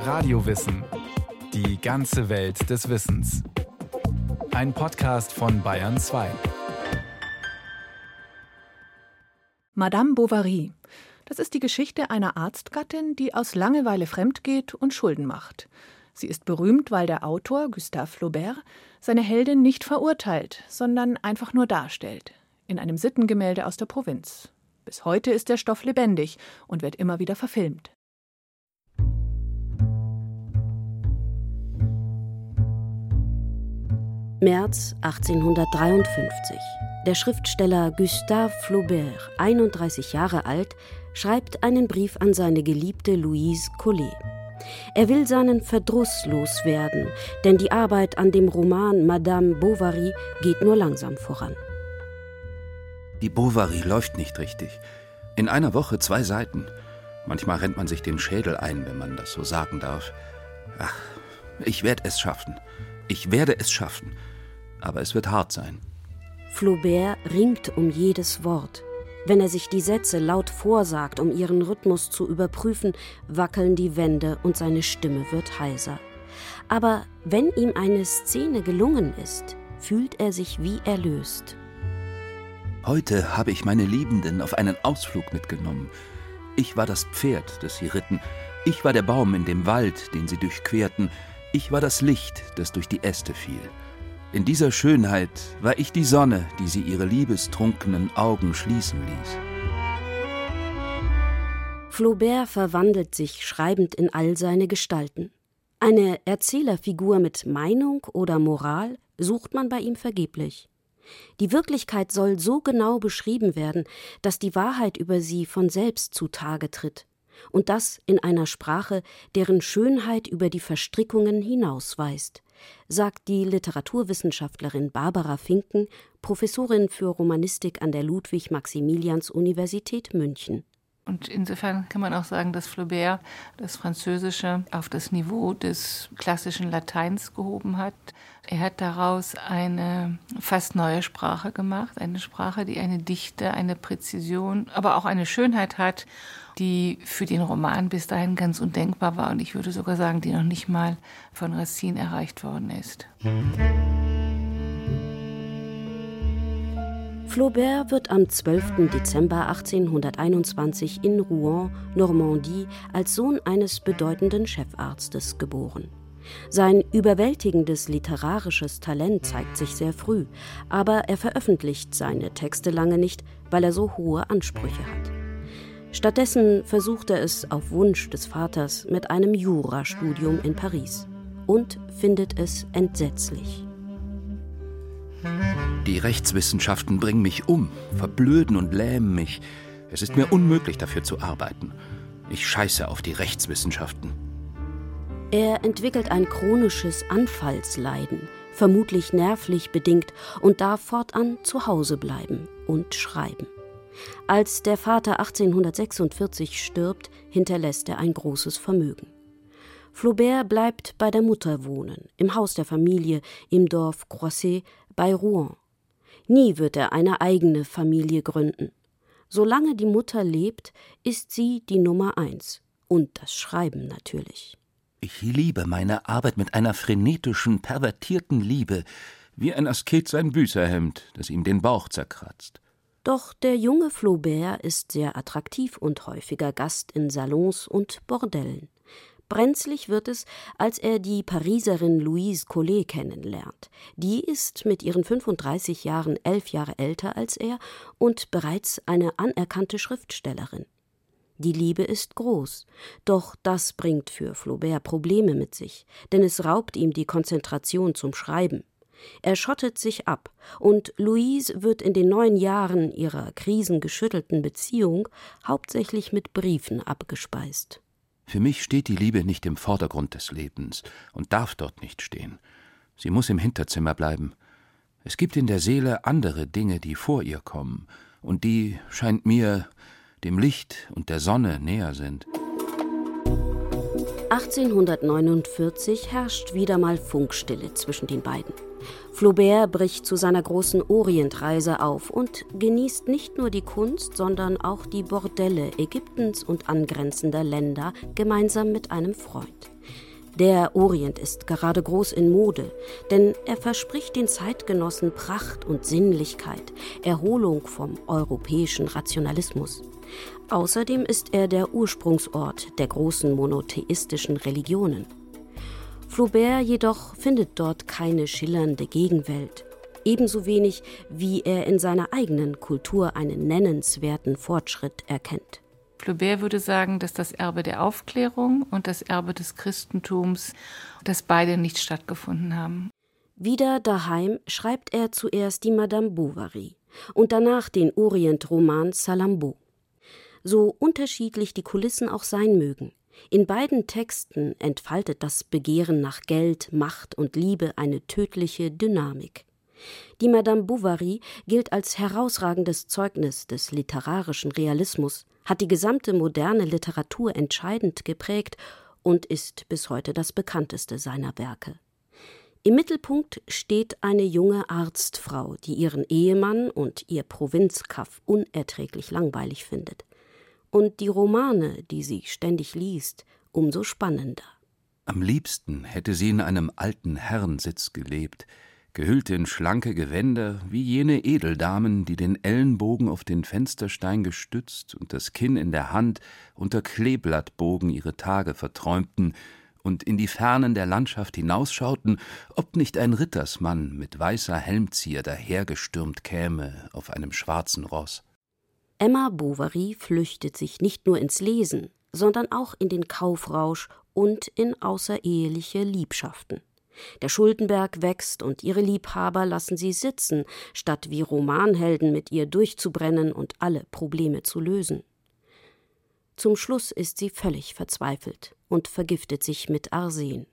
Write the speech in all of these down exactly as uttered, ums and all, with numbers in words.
Radiowissen. Die ganze Welt des Wissens. Ein Podcast von Bayern zwei. Madame Bovary. Das ist die Geschichte einer Arztgattin, die aus Langeweile fremdgeht und Schulden macht. Sie ist berühmt, weil der Autor, Gustave Flaubert, seine Heldin nicht verurteilt, sondern einfach nur darstellt. In einem Sittengemälde aus der Provinz. Bis heute ist der Stoff lebendig und wird immer wieder verfilmt. März achtzehnhundertdreiundfünfzig. Der Schriftsteller Gustave Flaubert, einunddreißig Jahre alt, schreibt einen Brief an seine Geliebte Louise Collet. Er will seinen Verdruss loswerden, denn die Arbeit an dem Roman Madame Bovary geht nur langsam voran. Die Bovary läuft nicht richtig. In einer Woche zwei Seiten. Manchmal rennt man sich den Schädel ein, wenn man das so sagen darf. Ach, ich werde es schaffen. Ich werde es schaffen. Aber es wird hart sein. Flaubert ringt um jedes Wort. Wenn er sich die Sätze laut vorsagt, um ihren Rhythmus zu überprüfen, wackeln die Wände und seine Stimme wird heiser. Aber wenn ihm eine Szene gelungen ist, fühlt er sich wie erlöst. Heute habe ich meine Liebenden auf einen Ausflug mitgenommen. Ich war das Pferd, das sie ritten. Ich war der Baum in dem Wald, den sie durchquerten. Ich war das Licht, das durch die Äste fiel. In dieser Schönheit war ich die Sonne, die sie ihre liebestrunkenen Augen schließen ließ. Flaubert verwandelt sich schreibend in all seine Gestalten. Eine Erzählerfigur mit Meinung oder Moral sucht man bei ihm vergeblich. Die Wirklichkeit soll so genau beschrieben werden, dass die Wahrheit über sie von selbst zutage tritt. Und das in einer Sprache, deren Schönheit über die Verstrickungen hinausweist, sagt die Literaturwissenschaftlerin Barbara Finken, Professorin für Romanistik an der Ludwig-Maximilians-Universität München. Und insofern kann man auch sagen, dass Flaubert das Französische auf das Niveau des klassischen Lateins gehoben hat. Er hat daraus eine fast neue Sprache gemacht, eine Sprache, die eine Dichte, eine Präzision, aber auch eine Schönheit hat, die für den Roman bis dahin ganz undenkbar war und ich würde sogar sagen, die noch nicht mal von Racine erreicht worden ist. Flaubert wird am zwölften Dezember achtzehnhunderteinundzwanzig in Rouen, Normandie, als Sohn eines bedeutenden Chefarztes geboren. Sein überwältigendes literarisches Talent zeigt sich sehr früh, aber er veröffentlicht seine Texte lange nicht, weil er so hohe Ansprüche hat. Stattdessen versucht er es auf Wunsch des Vaters mit einem Jurastudium in Paris und findet es entsetzlich. Die Rechtswissenschaften bringen mich um, verblöden und lähmen mich. Es ist mir unmöglich, dafür zu arbeiten. Ich scheiße auf die Rechtswissenschaften. Er entwickelt ein chronisches Anfallsleiden, vermutlich nervlich bedingt, und darf fortan zu Hause bleiben und schreiben. Als der Vater achtzehnhundertsechsundvierzig stirbt, hinterlässt er ein großes Vermögen. Flaubert bleibt bei der Mutter wohnen, im Haus der Familie, im Dorf Croisset bei Rouen. Nie wird er eine eigene Familie gründen. Solange die Mutter lebt, ist sie die Nummer eins. Und das Schreiben natürlich. Ich liebe meine Arbeit mit einer frenetischen, pervertierten Liebe, wie ein Asket sein Büßerhemd, das ihm den Bauch zerkratzt. Doch der junge Flaubert ist sehr attraktiv und häufiger Gast in Salons und Bordellen. Brenzlig wird es, als er die Pariserin Louise Collet kennenlernt. Die ist mit ihren fünfunddreißig Jahren elf Jahre älter als er und bereits eine anerkannte Schriftstellerin. Die Liebe ist groß, doch das bringt für Flaubert Probleme mit sich, denn es raubt ihm die Konzentration zum Schreiben. Er schottet sich ab, und Louise wird in den neun Jahren ihrer krisengeschüttelten Beziehung hauptsächlich mit Briefen abgespeist. Für mich steht die Liebe nicht im Vordergrund des Lebens und darf dort nicht stehen. Sie muss im Hinterzimmer bleiben. Es gibt in der Seele andere Dinge, die vor ihr kommen und die, scheint mir, dem Licht und der Sonne näher sind. achtzehnhundertneunundvierzig herrscht wieder mal Funkstille zwischen den beiden. Flaubert bricht zu seiner großen Orientreise auf und genießt nicht nur die Kunst, sondern auch die Bordelle Ägyptens und angrenzender Länder gemeinsam mit einem Freund. Der Orient ist gerade groß in Mode, denn er verspricht den Zeitgenossen Pracht und Sinnlichkeit, Erholung vom europäischen Rationalismus. Außerdem ist er der Ursprungsort der großen monotheistischen Religionen. Flaubert jedoch findet dort keine schillernde Gegenwelt, ebenso wenig wie er in seiner eigenen Kultur einen nennenswerten Fortschritt erkennt. Flaubert würde sagen, dass das Erbe der Aufklärung und das Erbe des Christentums, dass beide nicht stattgefunden haben. Wieder daheim schreibt er zuerst die Madame Bovary und danach den Orientroman Salammbô. So unterschiedlich die Kulissen auch sein mögen, in beiden Texten entfaltet das Begehren nach Geld, Macht und Liebe eine tödliche Dynamik. Die Madame Bovary gilt als herausragendes Zeugnis des literarischen Realismus, hat die gesamte moderne Literatur entscheidend geprägt und ist bis heute das bekannteste seiner Werke. Im Mittelpunkt steht eine junge Arztfrau, die ihren Ehemann und ihr Provinzkaff unerträglich langweilig findet. Und die Romane, die sie ständig liest, umso spannender. Am liebsten hätte sie in einem alten Herrensitz gelebt, gehüllt in schlanke Gewänder, wie jene Edeldamen, die den Ellenbogen auf den Fensterstein gestützt und das Kinn in der Hand unter Kleeblattbogen ihre Tage verträumten und in die Fernen der Landschaft hinausschauten, ob nicht ein Rittersmann mit weißer Helmzier dahergestürmt käme auf einem schwarzen Ross. Emma Bovary flüchtet sich nicht nur ins Lesen, sondern auch in den Kaufrausch und in außereheliche Liebschaften. Der Schuldenberg wächst und ihre Liebhaber lassen sie sitzen, statt wie Romanhelden mit ihr durchzubrennen und alle Probleme zu lösen. Zum Schluss ist sie völlig verzweifelt und vergiftet sich mit Arsen.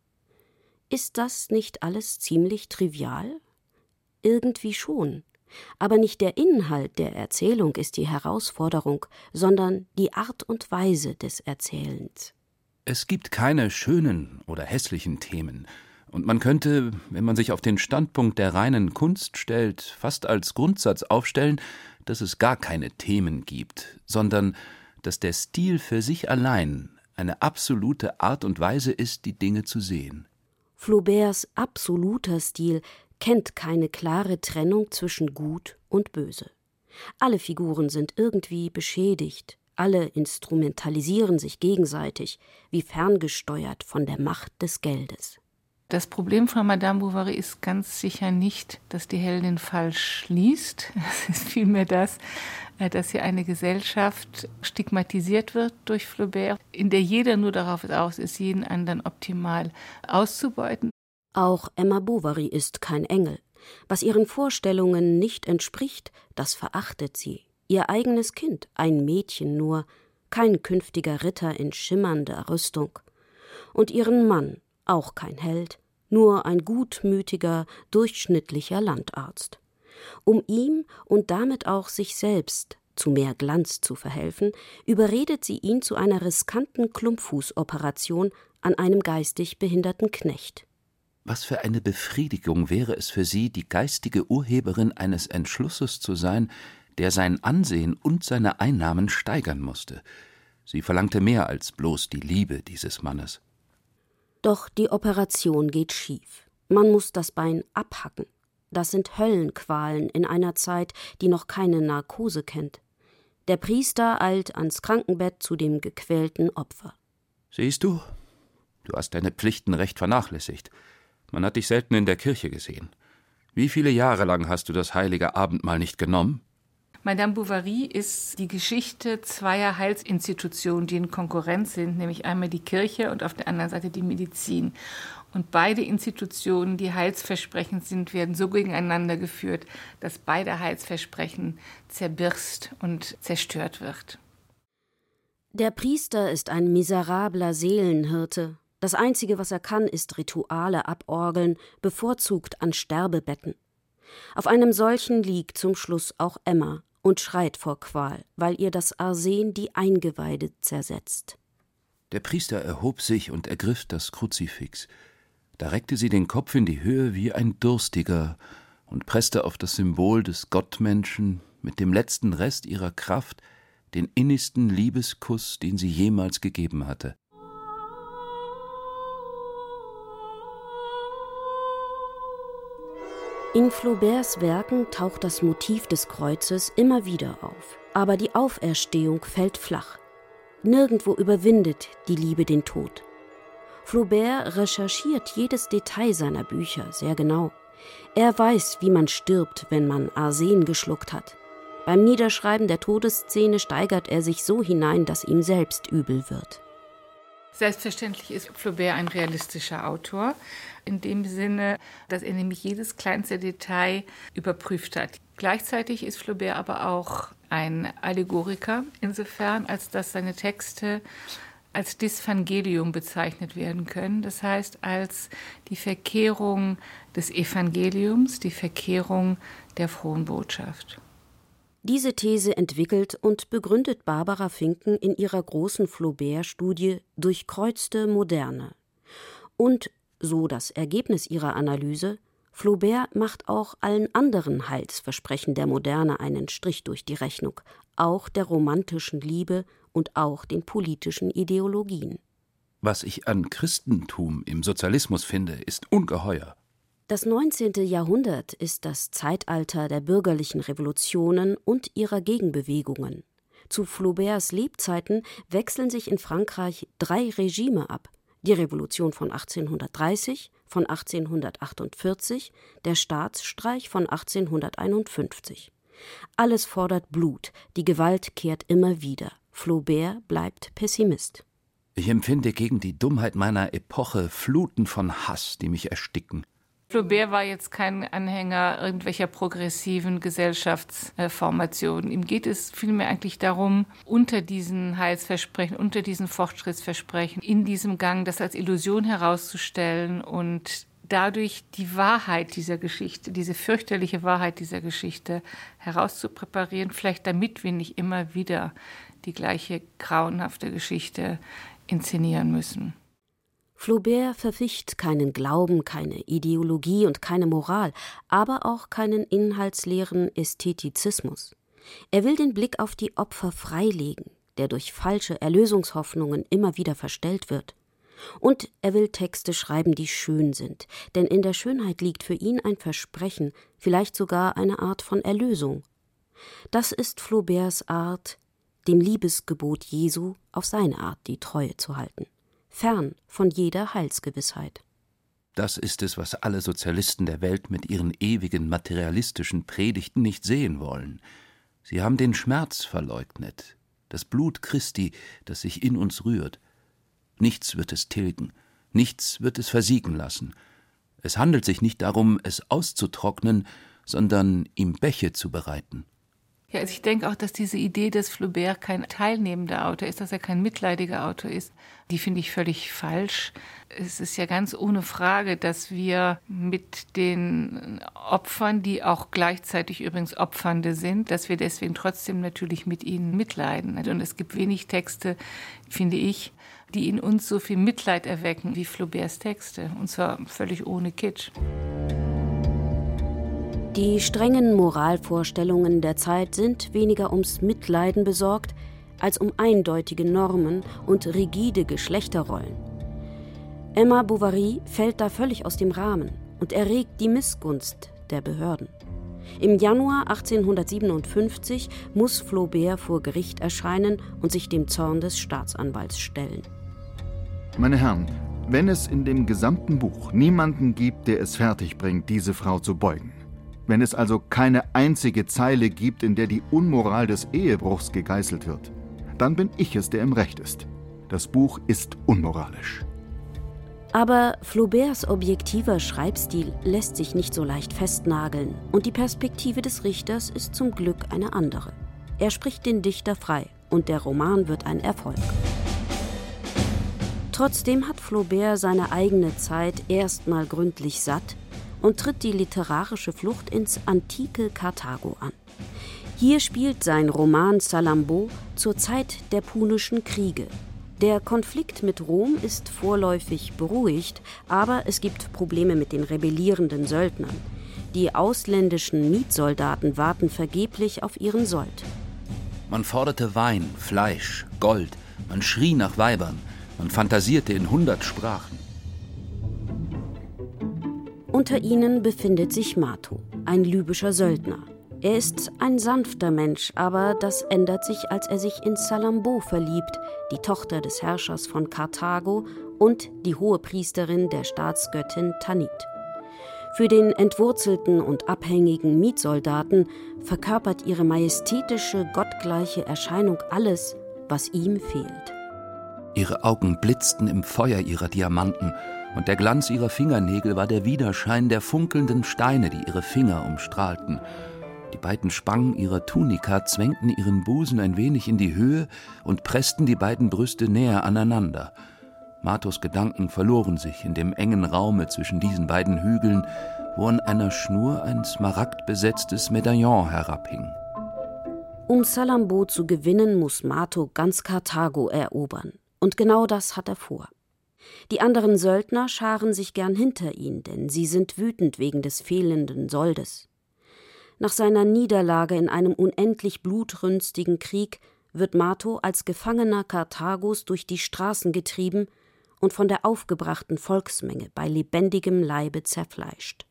Ist das nicht alles ziemlich trivial? Irgendwie schon. Aber nicht der Inhalt der Erzählung ist die Herausforderung, sondern die Art und Weise des Erzählens. Es gibt keine schönen oder hässlichen Themen. Und man könnte, wenn man sich auf den Standpunkt der reinen Kunst stellt, fast als Grundsatz aufstellen, dass es gar keine Themen gibt, sondern dass der Stil für sich allein eine absolute Art und Weise ist, die Dinge zu sehen. Flauberts absoluter Stil kennt keine klare Trennung zwischen Gut und Böse. Alle Figuren sind irgendwie beschädigt, alle instrumentalisieren sich gegenseitig, wie ferngesteuert von der Macht des Geldes. Das Problem von Madame Bovary ist ganz sicher nicht, dass die Heldin falsch liest. Es ist vielmehr das, dass hier eine Gesellschaft stigmatisiert wird durch Flaubert, in der jeder nur darauf aus ist, jeden anderen optimal auszubeuten. Auch Emma Bovary ist kein Engel. Was ihren Vorstellungen nicht entspricht, das verachtet sie. Ihr eigenes Kind, ein Mädchen nur, kein künftiger Ritter in schimmernder Rüstung. Und ihren Mann, auch kein Held, nur ein gutmütiger, durchschnittlicher Landarzt. Um ihm und damit auch sich selbst zu mehr Glanz zu verhelfen, überredet sie ihn zu einer riskanten Klumpfußoperation an einem geistig behinderten Knecht. Was für eine Befriedigung wäre es für sie, die geistige Urheberin eines Entschlusses zu sein, der sein Ansehen und seine Einnahmen steigern musste. Sie verlangte mehr als bloß die Liebe dieses Mannes. Doch die Operation geht schief. Man muss das Bein abhacken. Das sind Höllenqualen in einer Zeit, die noch keine Narkose kennt. Der Priester eilt ans Krankenbett zu dem gequälten Opfer. Siehst du, du hast deine Pflichten recht vernachlässigt. Man hat dich selten in der Kirche gesehen. Wie viele Jahre lang hast du das heilige Abendmahl nicht genommen? Madame Bovary ist die Geschichte zweier Heilsinstitutionen, die in Konkurrenz sind, nämlich einmal die Kirche und auf der anderen Seite die Medizin. Und beide Institutionen, die heilsversprechend sind, werden so gegeneinander geführt, dass beide Heilsversprechen zerbirst und zerstört wird. Der Priester ist ein miserabler Seelenhirte. Das Einzige, was er kann, ist Rituale aborgeln, bevorzugt an Sterbebetten. Auf einem solchen liegt zum Schluss auch Emma und schreit vor Qual, weil ihr das Arsen die Eingeweide zersetzt. Der Priester erhob sich und ergriff das Kruzifix. Da reckte sie den Kopf in die Höhe wie ein Durstiger und presste auf das Symbol des Gottmenschen mit dem letzten Rest ihrer Kraft den innigsten Liebeskuss, den sie jemals gegeben hatte. In Flauberts Werken taucht das Motiv des Kreuzes immer wieder auf. Aber die Auferstehung fällt flach. Nirgendwo überwindet die Liebe den Tod. Flaubert recherchiert jedes Detail seiner Bücher sehr genau. Er weiß, wie man stirbt, wenn man Arsen geschluckt hat. Beim Niederschreiben der Todesszene steigert er sich so hinein, dass ihm selbst übel wird. Selbstverständlich ist Flaubert ein realistischer Autor, in dem Sinne, dass er nämlich jedes kleinste Detail überprüft hat. Gleichzeitig ist Flaubert aber auch ein Allegoriker, insofern, als dass seine Texte als Dysvangelium bezeichnet werden können. Das heißt, als die Verkehrung des Evangeliums, die Verkehrung der frohen Botschaft. Diese These entwickelt und begründet Barbara Finken in ihrer großen Flaubert-Studie Durchkreuzte Moderne. Und, so das Ergebnis ihrer Analyse, Flaubert macht auch allen anderen Heilsversprechen der Moderne einen Strich durch die Rechnung, auch der romantischen Liebe und auch den politischen Ideologien. Was ich an Christentum im Sozialismus finde, ist ungeheuer. Das neunzehnte Jahrhundert ist das Zeitalter der bürgerlichen Revolutionen und ihrer Gegenbewegungen. Zu Flauberts Lebzeiten wechseln sich in Frankreich drei Regime ab. Die Revolution von achtzehnhundertdreißig, von achtzehnhundertachtundvierzig, der Staatsstreich von achtzehnhunderteinundfünfzig. Alles fordert Blut, die Gewalt kehrt immer wieder. Flaubert bleibt Pessimist. Ich empfinde gegen die Dummheit meiner Epoche Fluten von Hass, die mich ersticken. Flaubert war jetzt kein Anhänger irgendwelcher progressiven Gesellschaftsformationen. Ihm geht es vielmehr eigentlich darum, unter diesen Heilsversprechen, unter diesen Fortschrittsversprechen, in diesem Gang das als Illusion herauszustellen und dadurch die Wahrheit dieser Geschichte, diese fürchterliche Wahrheit dieser Geschichte herauszupräparieren, vielleicht damit wir nicht immer wieder die gleiche grauenhafte Geschichte inszenieren müssen. Flaubert verficht keinen Glauben, keine Ideologie und keine Moral, aber auch keinen inhaltsleeren Ästhetizismus. Er will den Blick auf die Opfer freilegen, der durch falsche Erlösungshoffnungen immer wieder verstellt wird. Und er will Texte schreiben, die schön sind, denn in der Schönheit liegt für ihn ein Versprechen, vielleicht sogar eine Art von Erlösung. Das ist Flauberts Art, dem Liebesgebot Jesu auf seine Art die Treue zu halten. Fern von jeder Heilsgewissheit. Das ist es, was alle Sozialisten der Welt mit ihren ewigen materialistischen Predigten nicht sehen wollen. Sie haben den Schmerz verleugnet, das Blut Christi, das sich in uns rührt. Nichts wird es tilgen, nichts wird es versiegen lassen. Es handelt sich nicht darum, es auszutrocknen, sondern ihm Bäche zu bereiten. Ja, also ich denke auch, dass diese Idee, dass Flaubert kein teilnehmender Autor ist, dass er kein mitleidiger Autor ist, die finde ich völlig falsch. Es ist ja ganz ohne Frage, dass wir mit den Opfern, die auch gleichzeitig übrigens Opfernde sind, dass wir deswegen trotzdem natürlich mit ihnen mitleiden. Und es gibt wenig Texte, finde ich, die in uns so viel Mitleid erwecken wie Flauberts Texte, und zwar völlig ohne Kitsch. Die strengen Moralvorstellungen der Zeit sind weniger ums Mitleiden besorgt, als um eindeutige Normen und rigide Geschlechterrollen. Emma Bovary fällt da völlig aus dem Rahmen und erregt die Missgunst der Behörden. Im Januar achtzehnhundertsiebenundfünfzig muss Flaubert vor Gericht erscheinen und sich dem Zorn des Staatsanwalts stellen. Meine Herren, wenn es in dem gesamten Buch niemanden gibt, der es fertigbringt, diese Frau zu beugen, wenn es also keine einzige Zeile gibt, in der die Unmoral des Ehebruchs gegeißelt wird, dann bin ich es, der im Recht ist. Das Buch ist unmoralisch. Aber Flauberts objektiver Schreibstil lässt sich nicht so leicht festnageln und die Perspektive des Richters ist zum Glück eine andere. Er spricht den Dichter frei und der Roman wird ein Erfolg. Trotzdem hat Flaubert seine eigene Zeit erstmal gründlich satt und tritt die literarische Flucht ins antike Karthago an. Hier spielt sein Roman Salammbô zur Zeit der Punischen Kriege. Der Konflikt mit Rom ist vorläufig beruhigt, aber es gibt Probleme mit den rebellierenden Söldnern. Die ausländischen Mietsoldaten warten vergeblich auf ihren Sold. Man forderte Wein, Fleisch, Gold, man schrie nach Weibern, man fantasierte in hundert Sprachen. Unter ihnen befindet sich Mato, ein libyscher Söldner. Er ist ein sanfter Mensch, aber das ändert sich, als er sich in Salammbô verliebt, die Tochter des Herrschers von Karthago und die Hohepriesterin der Staatsgöttin Tanit. Für den entwurzelten und abhängigen Mietsoldaten verkörpert ihre majestätische, gottgleiche Erscheinung alles, was ihm fehlt. Ihre Augen blitzten im Feuer ihrer Diamanten, und der Glanz ihrer Fingernägel war der Widerschein der funkelnden Steine, die ihre Finger umstrahlten. Die beiden Spangen ihrer Tunika zwängten ihren Busen ein wenig in die Höhe und pressten die beiden Brüste näher aneinander. Matos Gedanken verloren sich in dem engen Raume zwischen diesen beiden Hügeln, wo an einer Schnur ein smaragdbesetztes Medaillon herabhing. Um Salammbô zu gewinnen, muss Mato ganz Karthago erobern. Und genau das hat er vor. Die anderen Söldner scharen sich gern hinter ihn, denn sie sind wütend wegen des fehlenden Soldes. Nach seiner Niederlage in einem unendlich blutrünstigen Krieg wird Mato als Gefangener Karthagos durch die Straßen getrieben und von der aufgebrachten Volksmenge bei lebendigem Leibe zerfleischt.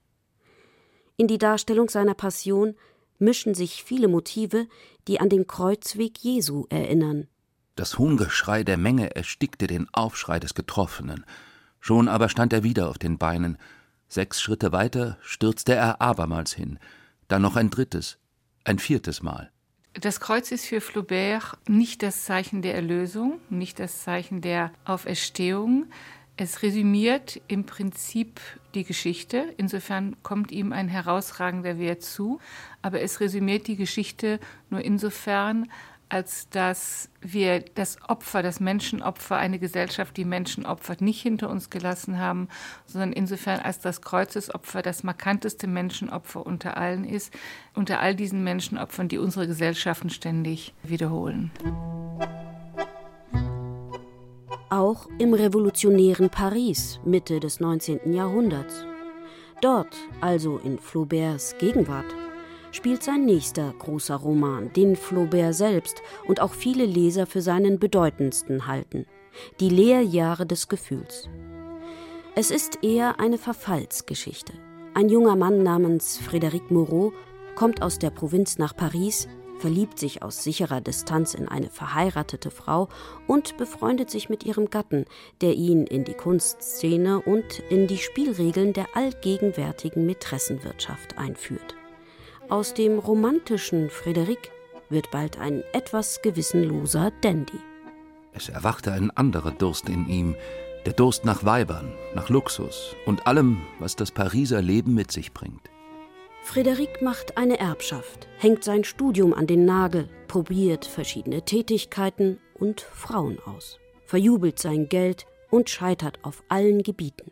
In die Darstellung seiner Passion mischen sich viele Motive, die an den Kreuzweg Jesu erinnern. Das Hohngeschrei der Menge erstickte den Aufschrei des Getroffenen. Schon aber stand er wieder auf den Beinen. Sechs Schritte weiter stürzte er abermals hin. Dann noch ein drittes, ein viertes Mal. Das Kreuz ist für Flaubert nicht das Zeichen der Erlösung, nicht das Zeichen der Auferstehung. Es resümiert im Prinzip die Geschichte. Insofern kommt ihm ein herausragender Wert zu. Aber es resümiert die Geschichte nur insofern, als dass wir das Opfer, das Menschenopfer, eine Gesellschaft, die Menschen opfert, nicht hinter uns gelassen haben, sondern insofern als das Kreuzesopfer das markanteste Menschenopfer unter allen ist, unter all diesen Menschenopfern, die unsere Gesellschaften ständig wiederholen. Auch im revolutionären Paris, Mitte des neunzehnten Jahrhunderts. Dort, also in Flauberts Gegenwart, spielt sein nächster großer Roman, den Flaubert selbst und auch viele Leser für seinen bedeutendsten halten: Die Lehrjahre des Gefühls. Es ist eher eine Verfallsgeschichte. Ein junger Mann namens Frédéric Moreau kommt aus der Provinz nach Paris, verliebt sich aus sicherer Distanz in eine verheiratete Frau und befreundet sich mit ihrem Gatten, der ihn in die Kunstszene und in die Spielregeln der allgegenwärtigen Mätressenwirtschaft einführt. Aus dem romantischen Frédéric wird bald ein etwas gewissenloser Dandy. Es erwachte ein anderer Durst in ihm, der Durst nach Weibern, nach Luxus und allem, was das Pariser Leben mit sich bringt. Frédéric macht eine Erbschaft, hängt sein Studium an den Nagel, probiert verschiedene Tätigkeiten und Frauen aus, verjubelt sein Geld und scheitert auf allen Gebieten.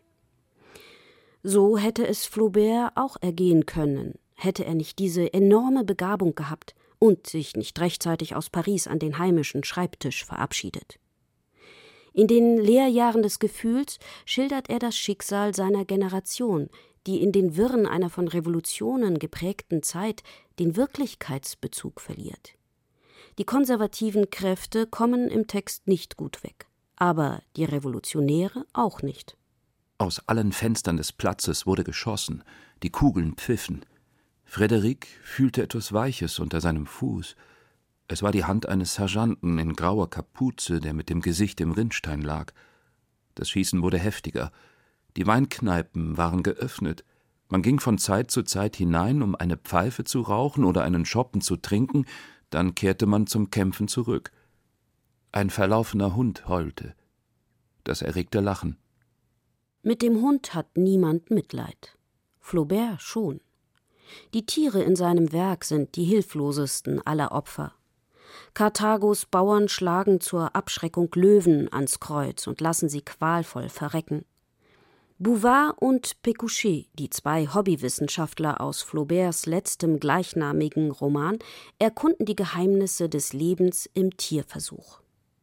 So hätte es Flaubert auch ergehen können, hätte er nicht diese enorme Begabung gehabt und sich nicht rechtzeitig aus Paris an den heimischen Schreibtisch verabschiedet. In den Lehrjahren des Gefühls schildert er das Schicksal seiner Generation, die in den Wirren einer von Revolutionen geprägten Zeit den Wirklichkeitsbezug verliert. Die konservativen Kräfte kommen im Text nicht gut weg, aber die Revolutionäre auch nicht. Aus allen Fenstern des Platzes wurde geschossen, die Kugeln pfiffen. Frédéric fühlte etwas Weiches unter seinem Fuß. Es war die Hand eines Sergeanten in grauer Kapuze, der mit dem Gesicht im Rinnstein lag. Das Schießen wurde heftiger. Die Weinkneipen waren geöffnet. Man ging von Zeit zu Zeit hinein, um eine Pfeife zu rauchen oder einen Schoppen zu trinken, dann kehrte man zum Kämpfen zurück. Ein verlaufener Hund heulte. Das erregte Lachen. Mit dem Hund hat niemand Mitleid. Flaubert schon. Die Tiere in seinem Werk sind die hilflosesten aller Opfer. Karthagos Bauern schlagen zur Abschreckung Löwen ans Kreuz und lassen sie qualvoll verrecken. Bouvard und Pécuchet, die zwei Hobbywissenschaftler aus Flauberts letztem gleichnamigen Roman, erkunden die Geheimnisse des Lebens im Tierversuch.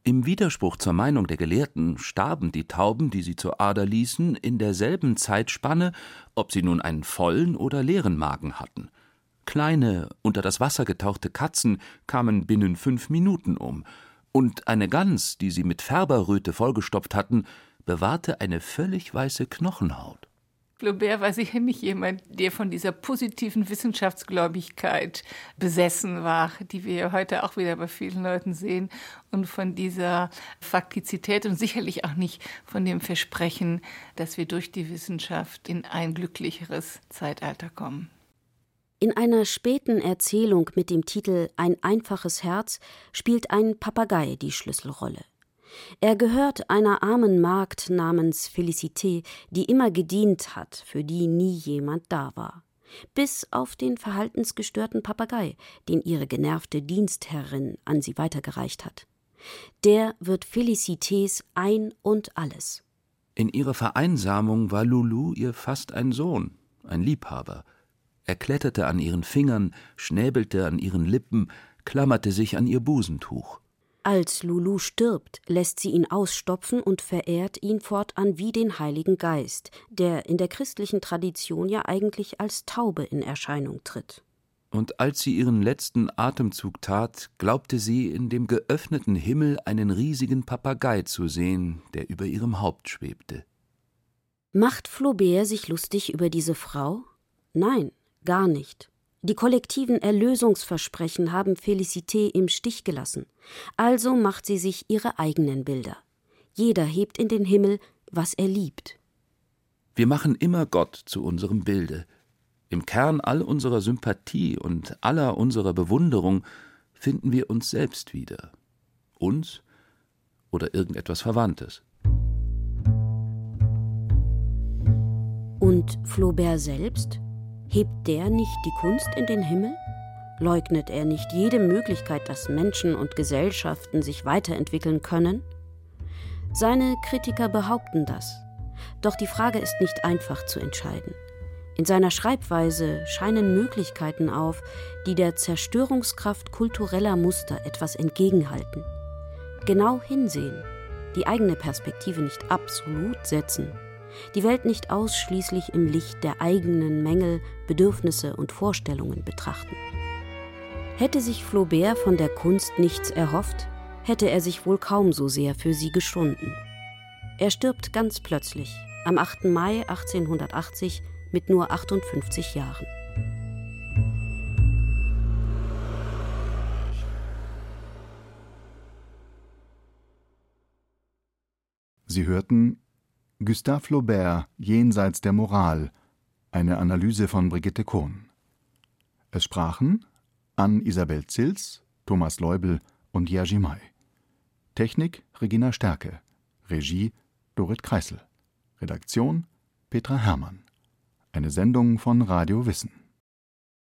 Im Widerspruch zur Meinung der Gelehrten starben die Tauben, die sie zur Ader ließen, in derselben Zeitspanne, ob sie nun einen vollen oder leeren Magen hatten. Kleine, unter das Wasser getauchte Katzen kamen binnen fünf Minuten um, und eine Gans, die sie mit Färberröte vollgestopft hatten, bewahrte eine völlig weiße Knochenhaut. Flaubert war sicher nicht jemand, der von dieser positiven Wissenschaftsgläubigkeit besessen war, die wir ja heute auch wieder bei vielen Leuten sehen, und von dieser Faktizität und sicherlich auch nicht von dem Versprechen, dass wir durch die Wissenschaft in ein glücklicheres Zeitalter kommen. In einer späten Erzählung mit dem Titel »Ein einfaches Herz« spielt ein Papagei die Schlüsselrolle. Er gehört einer armen Magd namens Félicité, die immer gedient hat, für die nie jemand da war. Bis auf den verhaltensgestörten Papagei, den ihre genervte Dienstherrin an sie weitergereicht hat. Der wird Félicités Ein und Alles. In ihrer Vereinsamung war Loulou ihr fast ein Sohn, ein Liebhaber. Er kletterte an ihren Fingern, schnäbelte an ihren Lippen, klammerte sich an ihr Busentuch. Als Loulou stirbt, lässt sie ihn ausstopfen und verehrt ihn fortan wie den Heiligen Geist, der in der christlichen Tradition ja eigentlich als Taube in Erscheinung tritt. Und als sie ihren letzten Atemzug tat, glaubte sie, in dem geöffneten Himmel einen riesigen Papagei zu sehen, der über ihrem Haupt schwebte. Macht Flaubert sich lustig über diese Frau? Nein, gar nicht. Die kollektiven Erlösungsversprechen haben Félicité im Stich gelassen. Also macht sie sich ihre eigenen Bilder. Jeder hebt in den Himmel, was er liebt. Wir machen immer Gott zu unserem Bilde. Im Kern all unserer Sympathie und aller unserer Bewunderung finden wir uns selbst wieder. Uns oder irgendetwas Verwandtes. Und Flaubert selbst? Hebt der nicht die Kunst in den Himmel? Leugnet er nicht jede Möglichkeit, dass Menschen und Gesellschaften sich weiterentwickeln können? Seine Kritiker behaupten das. Doch die Frage ist nicht einfach zu entscheiden. In seiner Schreibweise scheinen Möglichkeiten auf, die der Zerstörungskraft kultureller Muster etwas entgegenhalten. Genau hinsehen, die eigene Perspektive nicht absolut setzen, die Welt nicht ausschließlich im Licht der eigenen Mängel, Bedürfnisse und Vorstellungen betrachten. Hätte sich Flaubert von der Kunst nichts erhofft, hätte er sich wohl kaum so sehr für sie geschunden. Er stirbt ganz plötzlich, am achten Mai achtzehnhundertachtzig, mit nur achtundfünfzig Jahren. Sie hörten Gustave Flaubert, Jenseits der Moral, eine Analyse von Brigitte Kohn. Es sprachen Anne-Isabel Zils, Thomas Leubel und Jerzy May. Technik Regina Stärke, Regie Dorit Kreisel, Redaktion Petra Herrmann. Eine Sendung von Radio Wissen.